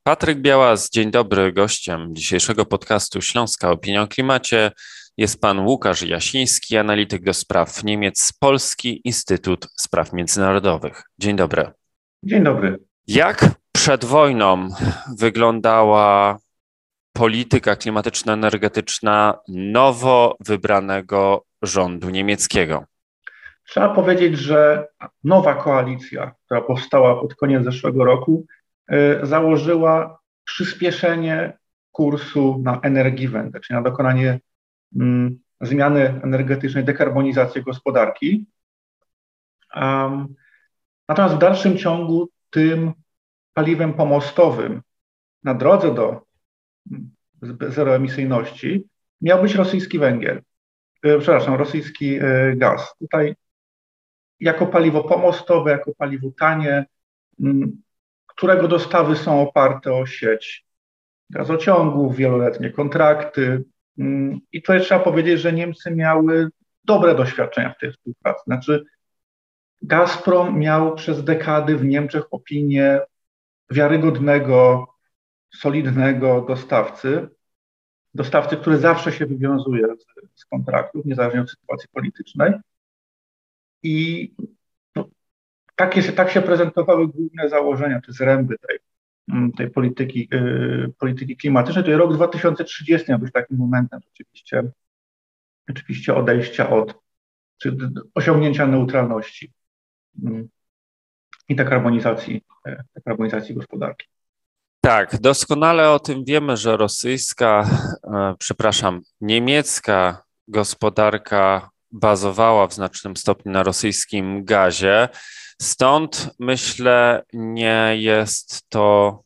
Patryk Białas, dzień dobry. Gościem dzisiejszego podcastu Śląska Opinia o Klimacie jest pan Łukasz Jasiński, analityk do spraw Niemiec, Polski Instytut Spraw Międzynarodowych. Dzień dobry. Dzień dobry. Jak przed wojną wyglądała polityka klimatyczno-energetyczna nowo wybranego rządu niemieckiego? Trzeba powiedzieć, że nowa koalicja, która powstała pod koniec zeszłego roku, założyła przyspieszenie kursu na Energiewende, czyli na dokonanie zmiany energetycznej, dekarbonizację gospodarki. Natomiast w dalszym ciągu tym paliwem pomostowym na drodze do zeroemisyjności miał być rosyjski węgiel, rosyjski gaz. Tutaj jako paliwo pomostowe, jako paliwo tanie, którego dostawy są oparte o sieć gazociągów, wieloletnie kontrakty. I tutaj trzeba powiedzieć, że Niemcy miały dobre doświadczenia w tej współpracy. Znaczy Gazprom miał przez dekady w Niemczech opinię wiarygodnego, solidnego dostawcy, który zawsze się wywiązuje z kontraktów, niezależnie od sytuacji politycznej. I tak się prezentowały główne założenia, czy zręby tej polityki klimatycznej. To jest rok 2030 miał być takim momentem rzeczywiście odejścia czy osiągnięcia neutralności i dekarbonizacji gospodarki. Tak, doskonale o tym wiemy, że niemiecka gospodarka bazowała w znacznym stopniu na rosyjskim gazie. Stąd myślę, nie jest to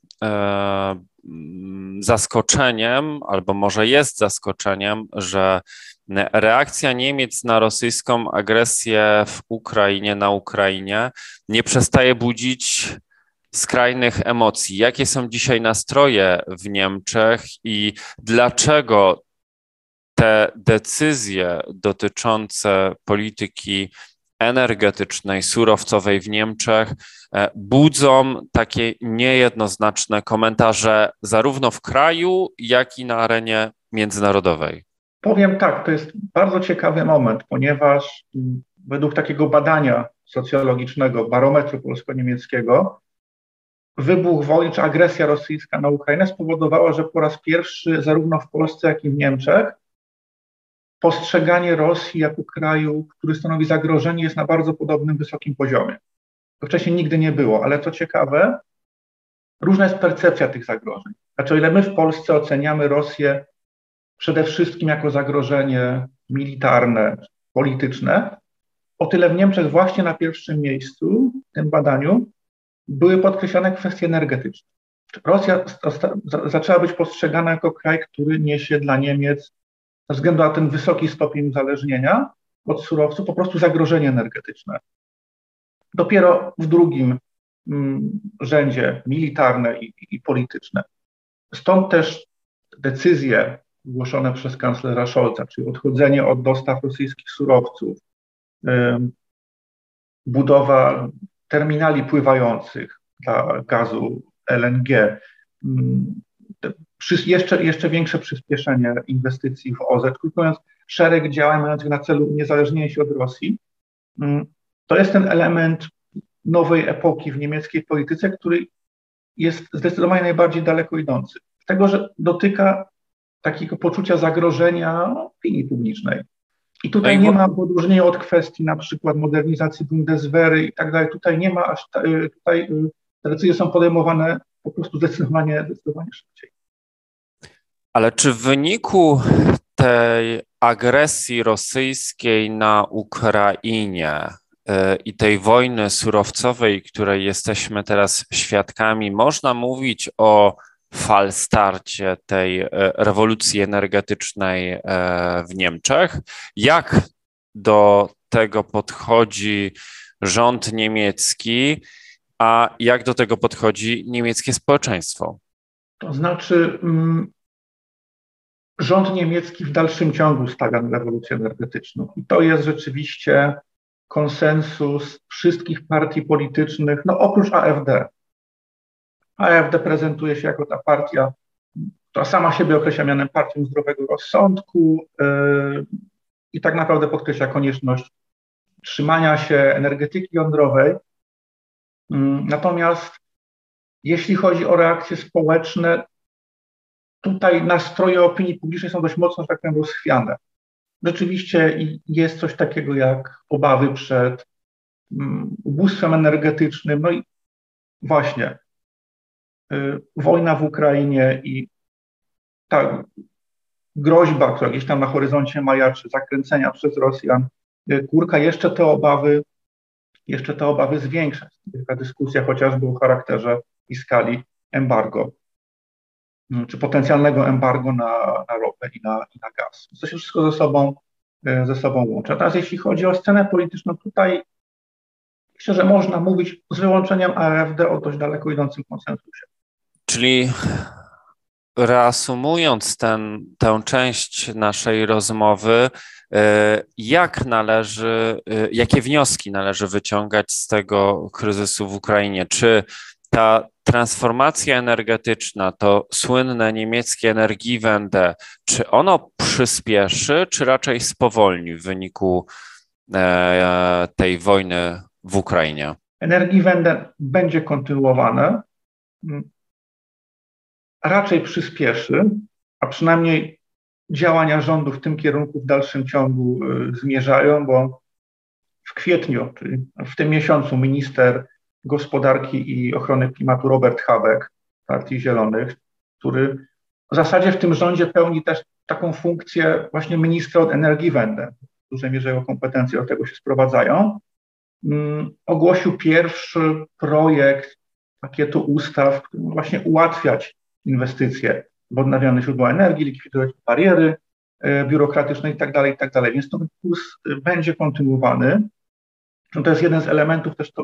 zaskoczeniem, albo może jest zaskoczeniem, że reakcja Niemiec na rosyjską agresję na Ukrainie nie przestaje budzić skrajnych emocji. Jakie są dzisiaj nastroje w Niemczech i dlaczego te decyzje dotyczące polityki energetycznej, surowcowej w Niemczech budzą takie niejednoznaczne komentarze zarówno w kraju, jak i na arenie międzynarodowej? Powiem tak, to jest bardzo ciekawy moment, ponieważ według takiego badania socjologicznego, barometru polsko-niemieckiego, wybuch wojny czy agresja rosyjska na Ukrainę spowodowała, że po raz pierwszy zarówno w Polsce, jak i w Niemczech postrzeganie Rosji jako kraju, który stanowi zagrożenie, jest na bardzo podobnym, wysokim poziomie. To wcześniej nigdy nie było, ale co ciekawe, różna jest percepcja tych zagrożeń. Znaczy, o ile my w Polsce oceniamy Rosję przede wszystkim jako zagrożenie militarne, polityczne, o tyle w Niemczech właśnie na pierwszym miejscu w tym badaniu były podkreślane kwestie energetyczne. Rosja zaczęła być postrzegana jako kraj, który niesie dla Niemiec ze względu na ten wysoki stopień uzależnienia od surowców po prostu zagrożenie energetyczne. Dopiero w drugim rzędzie militarne i polityczne. Stąd też decyzje ogłoszone przez kancelera Scholza, czyli odchodzenie od dostaw rosyjskich surowców, budowa terminali pływających dla gazu LNG, jeszcze większe przyspieszenie inwestycji w OZE, krótko mówiąc, szereg działań mających na celu uniezależnienie się od Rosji. To jest ten element nowej epoki w niemieckiej polityce, który jest zdecydowanie najbardziej daleko idący. Tego, że dotyka takiego poczucia zagrożenia opinii publicznej. I tutaj nie ma, w odróżnieniu od kwestii na przykład modernizacji Bundeswehry i tak dalej, tutaj nie ma tutaj te decyzje są podejmowane po prostu zdecydowanie szybciej. Ale czy w wyniku tej agresji rosyjskiej na Ukrainie i tej wojny surowcowej, której jesteśmy teraz świadkami, można mówić o falstarcie tej rewolucji energetycznej w Niemczech? Jak do tego podchodzi rząd niemiecki, a jak do tego podchodzi niemieckie społeczeństwo? To znaczy, rząd niemiecki w dalszym ciągu stawia na rewolucję energetyczną i to jest rzeczywiście konsensus wszystkich partii politycznych, no oprócz AfD. AfD prezentuje się jako ta partia, która sama siebie określa mianem partią zdrowego rozsądku i tak naprawdę podkreśla konieczność trzymania się energetyki jądrowej. Natomiast jeśli chodzi o reakcje społeczne, tutaj nastroje opinii publicznej są dość mocno, że tak powiem, rozchwiane. Rzeczywiście jest coś takiego jak obawy przed ubóstwem energetycznym, no i właśnie wojna w Ukrainie i ta groźba, która gdzieś tam na horyzoncie majaczy, zakręcenia przez Rosjan, kurka jeszcze te obawy zwiększa. Taka dyskusja chociażby o charakterze i skali embargo, czy potencjalnego embargo na ropę i na gaz. To się wszystko ze sobą łączy. Natomiast jeśli chodzi o scenę polityczną, tutaj myślę, że można mówić z wyłączeniem AfD o dość daleko idącym konsensusie. Czyli reasumując tę część naszej rozmowy, jakie wnioski należy wyciągać z tego kryzysu w Ukrainie? Czy ta transformacja energetyczna, to słynne niemieckie Energiewende, czy ono przyspieszy, czy raczej spowolni w wyniku tej wojny w Ukrainie? Energiewende będzie kontynuowane, raczej przyspieszy, a przynajmniej działania rządu w tym kierunku w dalszym ciągu zmierzają, bo w kwietniu, czyli w tym miesiącu, minister gospodarki i ochrony klimatu Robert Habeck Partii Zielonych, który w zasadzie w tym rządzie pełni też taką funkcję właśnie ministra od Energiewende, w dużej mierze jego kompetencje do tego się sprowadzają, ogłosił pierwszy projekt pakietu ustaw, który ma właśnie ułatwiać inwestycje w odnawialne źródła energii, likwidować bariery biurokratyczne itd., itd. Więc ten kurs będzie kontynuowany. To jest jeden z elementów też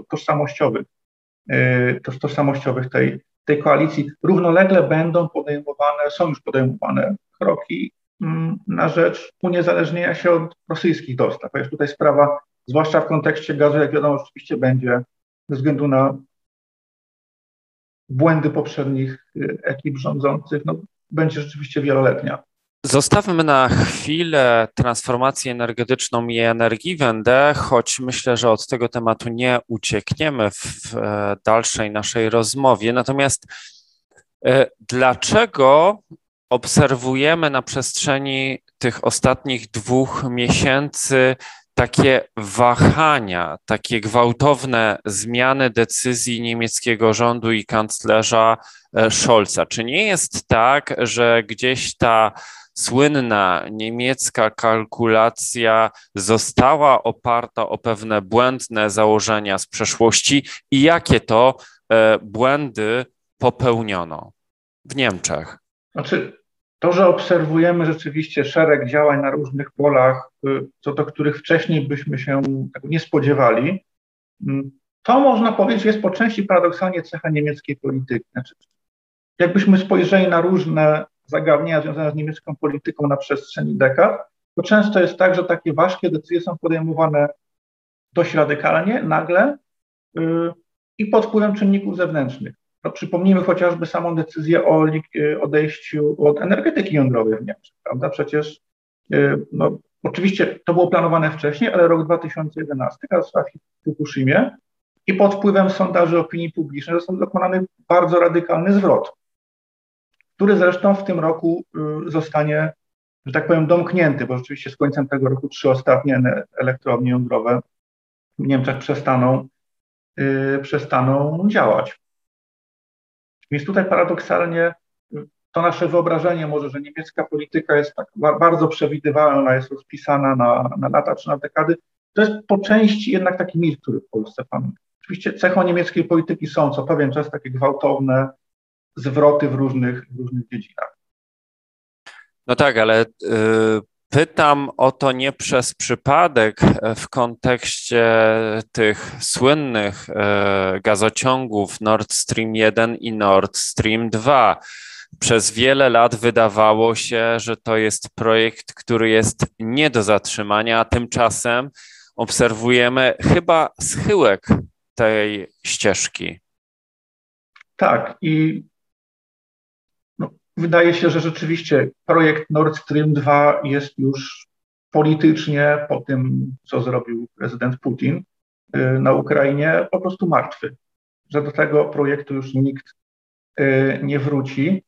tożsamościowych tej koalicji. Równolegle są już podejmowane kroki na rzecz uniezależnienia się od rosyjskich dostaw. Ponieważ tutaj sprawa, zwłaszcza w kontekście gazu, jak wiadomo, oczywiście będzie ze względu na błędy poprzednich ekip rządzących, będzie rzeczywiście wieloletnia. Zostawmy na chwilę transformację energetyczną i Energiewende, choć myślę, że od tego tematu nie uciekniemy w dalszej naszej rozmowie. Natomiast dlaczego obserwujemy na przestrzeni tych ostatnich 2 miesięcy takie wahania, takie gwałtowne zmiany decyzji niemieckiego rządu i kanclerza Scholza? Czy nie jest tak, że gdzieś ta słynna niemiecka kalkulacja została oparta o pewne błędne założenia z przeszłości i jakie to błędy popełniono w Niemczech? Znaczy, to, że obserwujemy rzeczywiście szereg działań na różnych polach, co do których wcześniej byśmy się tego nie spodziewali, to można powiedzieć jest po części paradoksalnie cecha niemieckiej polityki. Znaczy, jakbyśmy spojrzeli na różne zagadnienia związane z niemiecką polityką na przestrzeni dekad, to często jest tak, że takie ważkie decyzje są podejmowane dość radykalnie, nagle i pod wpływem czynników zewnętrznych. Przypomnijmy chociażby samą decyzję o odejściu od energetyki jądrowej w Niemczech, prawda? Przecież oczywiście to było planowane wcześniej, ale rok 2011, katastrofa w Fukushimie i pod wpływem sondaży opinii publicznej został dokonany bardzo radykalny zwrot, który zresztą w tym roku zostanie, że tak powiem, domknięty, bo rzeczywiście z końcem tego roku 3 ostatnie elektrownie jądrowe w Niemczech przestaną działać. Więc tutaj paradoksalnie to nasze wyobrażenie może, że niemiecka polityka jest tak bardzo przewidywalna, jest rozpisana na lata czy na dekady, to jest po części jednak taki mit, który w Polsce panuje. Oczywiście cechą niemieckiej polityki są co pewien czas takie gwałtowne zwroty w różnych dziedzinach. No tak, ale pytam o to nie przez przypadek w kontekście tych słynnych gazociągów Nord Stream 1 i Nord Stream 2. Przez wiele lat wydawało się, że to jest projekt, który jest nie do zatrzymania, a tymczasem obserwujemy chyba schyłek tej ścieżki. Tak, i wydaje się, że rzeczywiście projekt Nord Stream 2 jest już politycznie po tym, co zrobił prezydent Putin na Ukrainie, po prostu martwy, że do tego projektu już nikt nie wróci.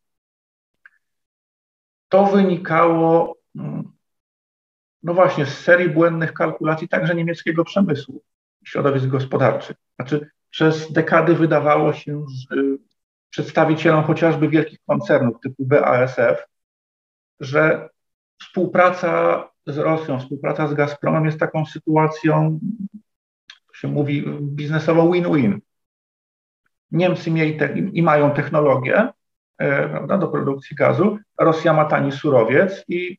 To wynikało, no właśnie, z serii błędnych kalkulacji także niemieckiego przemysłu, środowisk gospodarczych. Znaczy, przez dekady wydawało się, że przedstawicielom chociażby wielkich koncernów typu BASF, że współpraca z Rosją, współpraca z Gazpromem jest taką sytuacją, to się mówi biznesowo win-win. Niemcy mieli mają technologię, prawda, do produkcji gazu, Rosja ma tani surowiec i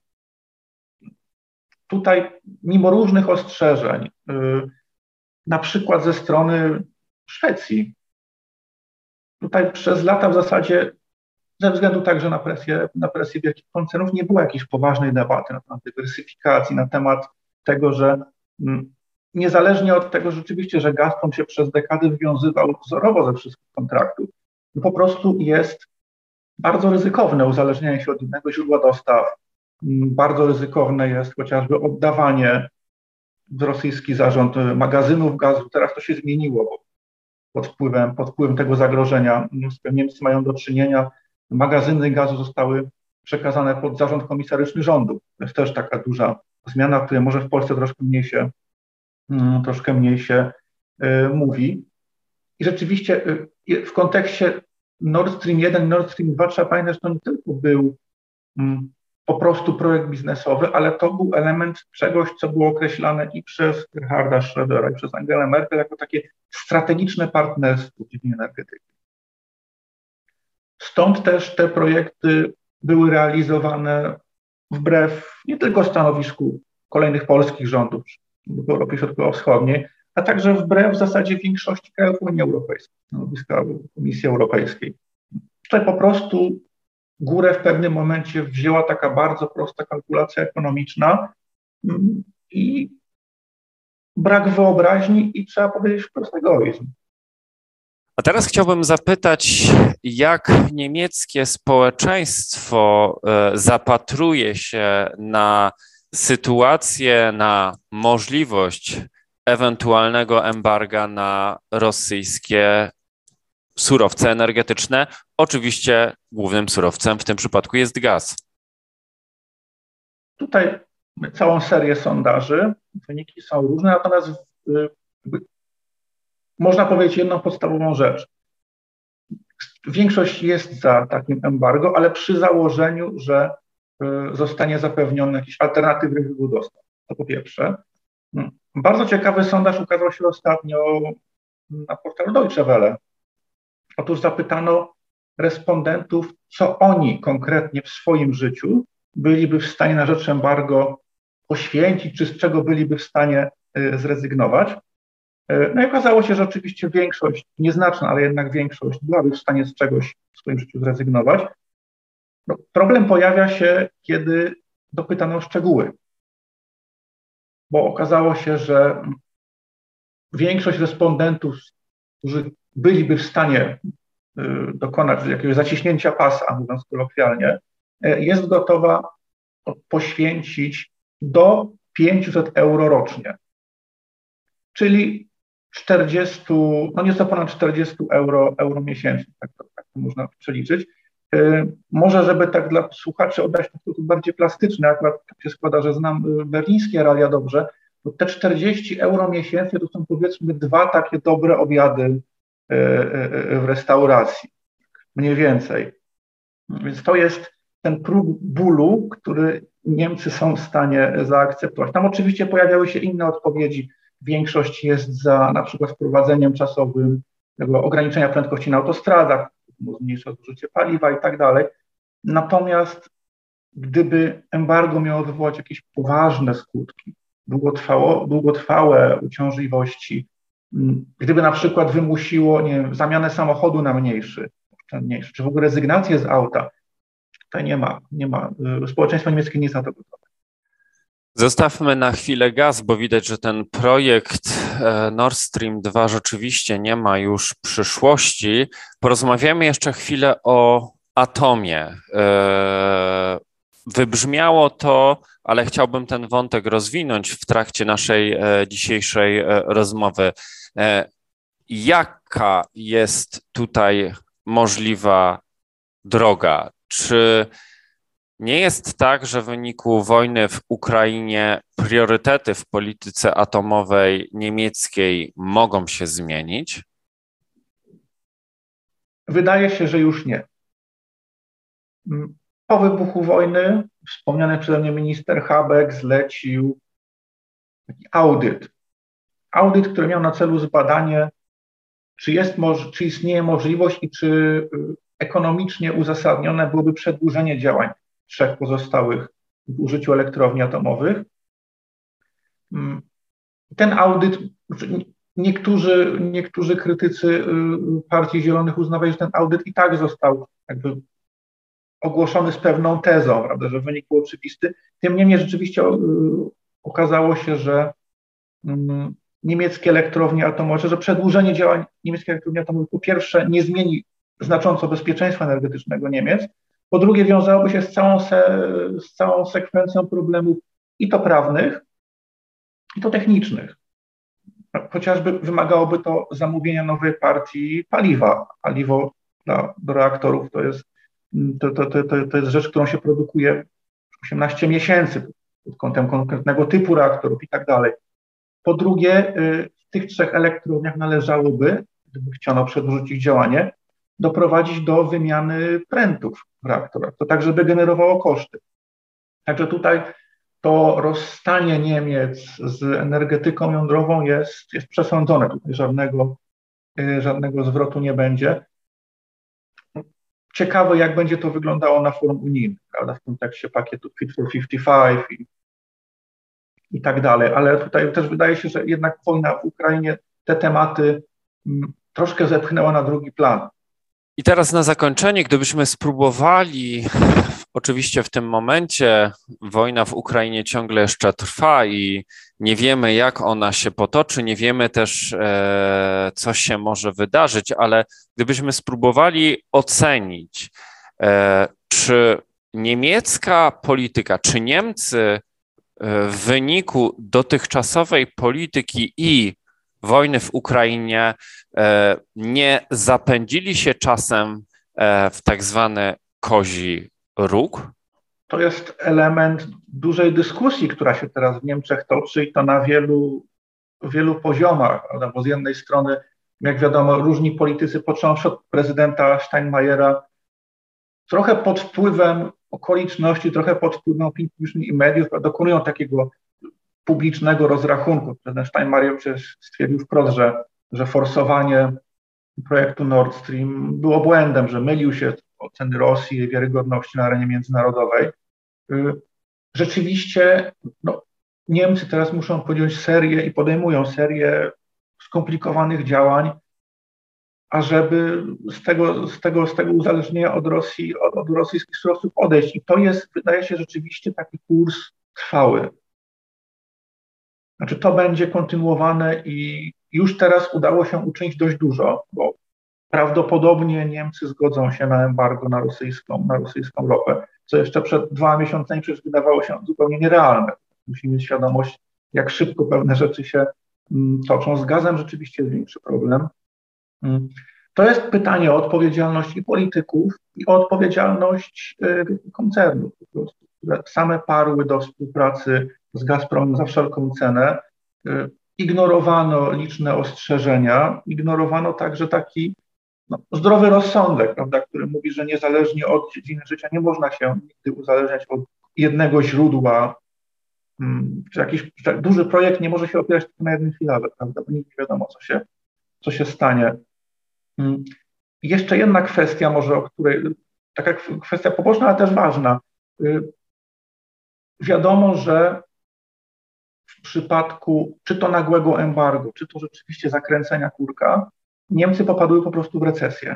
tutaj mimo różnych ostrzeżeń, na przykład ze strony Szwecji, tutaj przez lata w zasadzie ze względu także na presję wielkich koncernów nie było jakiejś poważnej debaty na temat dywersyfikacji, na temat tego, że niezależnie od tego rzeczywiście, że Gazprom się przez dekady wywiązywał wzorowo ze wszystkich kontraktów, po prostu jest bardzo ryzykowne uzależnienie się od innego źródła dostaw, bardzo ryzykowne jest chociażby oddawanie w rosyjski zarząd magazynów gazu. Teraz to się zmieniło, bo pod wpływem tego zagrożenia, z którym Niemcy mają do czynienia, magazyny gazu zostały przekazane pod zarząd komisaryczny rządu. To jest też taka duża zmiana, o której może w Polsce troszkę mniej się mówi. I rzeczywiście w kontekście Nord Stream 1 i Nord Stream 2 trzeba pamiętać, że to nie tylko był po prostu projekt biznesowy, ale to był element czegoś, co było określane i przez Gerharda Schrödera, i przez Angelę Merkel jako takie strategiczne partnerstwo w dziedzinie energetyki. Stąd też te projekty były realizowane wbrew nie tylko stanowisku kolejnych polskich rządów w Europie Środkowo-Wschodniej, a także wbrew w zasadzie większości krajów Unii Europejskiej, stanowiska Komisji Europejskiej. Tutaj po prostu górę w pewnym momencie wzięła taka bardzo prosta kalkulacja ekonomiczna i brak wyobraźni i trzeba powiedzieć wprost egoizm. A teraz chciałbym zapytać, jak niemieckie społeczeństwo zapatruje się na sytuację, na możliwość ewentualnego embarga na rosyjskie surowce energetyczne. Oczywiście głównym surowcem w tym przypadku jest gaz. Tutaj całą serię sondaży, wyniki są różne, natomiast można powiedzieć jedną podstawową rzecz. Większość jest za takim embargo, ale przy założeniu, że zostanie zapewniony jakiś alternatywny źródło dostaw. To po pierwsze. Bardzo ciekawy sondaż ukazał się ostatnio na portalu Deutsche Welle. Otóż zapytano respondentów, co oni konkretnie w swoim życiu byliby w stanie na rzecz embargo poświęcić, czy z czego byliby w stanie zrezygnować. No i okazało się, że oczywiście większość, nieznaczna, ale jednak większość byłaby w stanie z czegoś w swoim życiu zrezygnować. No, problem pojawia się, kiedy dopytano o szczegóły, bo okazało się, że większość respondentów, którzy byliby w stanie dokonać jakiegoś zaciśnięcia pasa, mówiąc kolokwialnie, jest gotowa poświęcić do 500 euro rocznie, czyli 40, no nieco ponad 40 euro miesięcznie, tak to można przeliczyć. Może, żeby tak dla słuchaczy oddać w sposób bardziej plastyczny, akurat tak się składa, że znam berlińskie realia dobrze, to te 40 euro miesięcznie to są powiedzmy 2 takie dobre obiady w restauracji, mniej więcej. Więc to jest ten próg bólu, który Niemcy są w stanie zaakceptować. Tam oczywiście pojawiały się inne odpowiedzi. Większość jest za na przykład wprowadzeniem czasowym tego ograniczenia prędkości na autostradach, zmniejsza zużycie paliwa i tak dalej. Natomiast gdyby embargo miało wywołać jakieś poważne skutki, długotrwałe uciążliwości, gdyby na przykład wymusiło, nie wiem, zamianę samochodu na mniejszy, oszczędniejszy, czy w ogóle rezygnację z auta, tutaj nie ma. Społeczeństwo niemieckie nie jest na to gotowe. Zostawmy na chwilę gaz, bo widać, że ten projekt Nord Stream 2 rzeczywiście nie ma już przyszłości. Porozmawiamy jeszcze chwilę o atomie. Wybrzmiało to, ale chciałbym ten wątek rozwinąć w trakcie naszej dzisiejszej rozmowy. Jaka jest tutaj możliwa droga? Czy nie jest tak, że w wyniku wojny w Ukrainie priorytety w polityce atomowej niemieckiej mogą się zmienić? Wydaje się, że już nie. Po wybuchu wojny wspomniany przeze mnie minister Habeck zlecił taki audyt, który miał na celu zbadanie, czy istnieje możliwość i czy ekonomicznie uzasadnione byłoby przedłużenie działań 3 pozostałych w użyciu elektrowni atomowych. Ten audyt, niektórzy krytycy Partii Zielonych uznawają, że ten audyt i tak został jakby ogłoszony z pewną tezą, prawda, że wynik był oczywisty. Tym niemniej rzeczywiście okazało się, że niemieckie elektrownie atomowe, że przedłużenie działań niemieckich elektrowni atomowych po pierwsze nie zmieni znacząco bezpieczeństwa energetycznego Niemiec, po drugie wiązałoby się z całą sekwencją problemów i to prawnych, i to technicznych. Chociażby wymagałoby to zamówienia nowej partii paliwa. Paliwo do reaktorów to jest rzecz, którą się produkuje 18 miesięcy pod kątem konkretnego typu reaktorów i tak dalej. Po drugie, w tych 3 elektrowniach należałoby, gdyby chciano przedłużyć ich działanie, doprowadzić do wymiany prętów w reaktorach, to tak, żeby generowało koszty. Także tutaj to rozstanie Niemiec z energetyką jądrową jest przesądzone. Tutaj żadnego zwrotu nie będzie. Ciekawe, jak będzie to wyglądało na forum unijnym, prawda, w kontekście pakietu Fit for 55 i tak dalej, ale tutaj też wydaje się, że jednak wojna w Ukrainie te tematy troszkę zepchnęła na drugi plan. I teraz na zakończenie, gdybyśmy spróbowali, oczywiście w tym momencie wojna w Ukrainie ciągle jeszcze trwa i nie wiemy, jak ona się potoczy, nie wiemy też, co się może wydarzyć, ale gdybyśmy spróbowali ocenić, czy niemiecka polityka, czy Niemcy w wyniku dotychczasowej polityki i wojny w Ukrainie nie zapędzili się czasem w tak zwany kozi róg? To jest element dużej dyskusji, która się teraz w Niemczech toczy i to na wielu poziomach, prawda? Bo z jednej strony, jak wiadomo, różni politycy, począwszy od prezydenta Steinmeiera, trochę pod wpływem okoliczności, trochę pod wpływem opinii publicznej i mediów, dokonują takiego publicznego rozrachunku. Prezydent Steinmeier przecież stwierdził wprost, że forsowanie projektu Nord Stream było błędem, że mylił się oceny Rosji i wiarygodności na arenie międzynarodowej. Rzeczywiście Niemcy teraz muszą podjąć serię i podejmują serię skomplikowanych działań, ażeby z tego uzależnienia od Rosji, od rosyjskich surowców odejść. I to jest, wydaje się, rzeczywiście taki kurs trwały. Znaczy to będzie kontynuowane i już teraz udało się uczynić dość dużo, bo prawdopodobnie Niemcy zgodzą się na embargo na rosyjską ropę, co jeszcze przed 2 miesiącami przecież wydawało się zupełnie nierealne. Musimy mieć świadomość, jak szybko pewne rzeczy się toczą. Z gazem rzeczywiście jest większy problem. To jest pytanie o odpowiedzialność i polityków, i o odpowiedzialność koncernów, po prostu, które same parły do współpracy z Gazpromem za wszelką cenę. Ignorowano liczne ostrzeżenia, ignorowano także taki zdrowy rozsądek, prawda, który mówi, że niezależnie od dziedziny życia nie można się nigdy uzależniać od jednego źródła, czy jakiś duży projekt nie może się opierać tylko na jednym filarze, prawda, bo nigdy nie wiadomo, co się stanie. Jeszcze jedna kwestia może, o której, taka kwestia poboczna, ale też ważna. Wiadomo, że w przypadku czy to nagłego embargo, czy to rzeczywiście zakręcenia kurka, Niemcy popadły po prostu w recesję.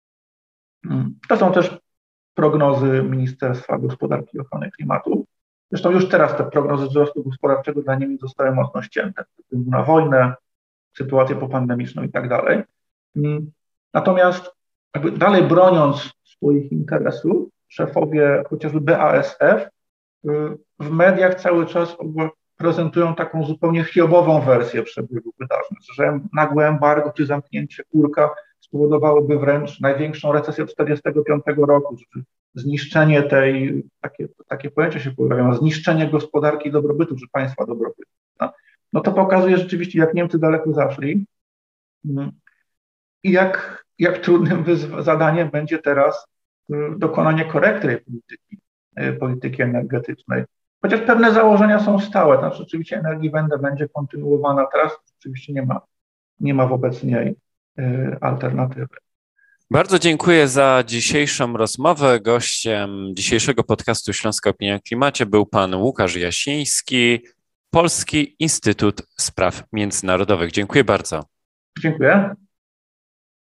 To są też prognozy Ministerstwa Gospodarki i Ochrony Klimatu. Zresztą już teraz te prognozy wzrostu gospodarczego dla Niemiec zostały mocno ścięte, ze względu na wojnę, sytuację popandemiczną i tak dalej. Natomiast jakby dalej broniąc swoich interesów, szefowie chociażby BASF w mediach cały czas prezentują taką zupełnie hiobową wersję przebiegu wydarzeń, że nagłe embargo czy zamknięcie kurka spowodowałoby wręcz największą recesję od 1945 roku, że zniszczenie takie pojęcia się pojawiają, zniszczenie gospodarki dobrobytu, czy państwa dobrobytu. No to pokazuje rzeczywiście, jak Niemcy daleko zaszli i jak trudnym zadaniem będzie teraz dokonanie korekty polityki energetycznej. Chociaż pewne założenia są stałe, to znaczy oczywiście Energiewende będzie kontynuowana, teraz oczywiście nie ma wobec niej alternatywy. Bardzo dziękuję za dzisiejszą rozmowę. Gościem dzisiejszego podcastu Śląska Opinia o Klimacie był pan Łukasz Jasiński, Polski Instytut Spraw Międzynarodowych. Dziękuję bardzo. Dziękuję.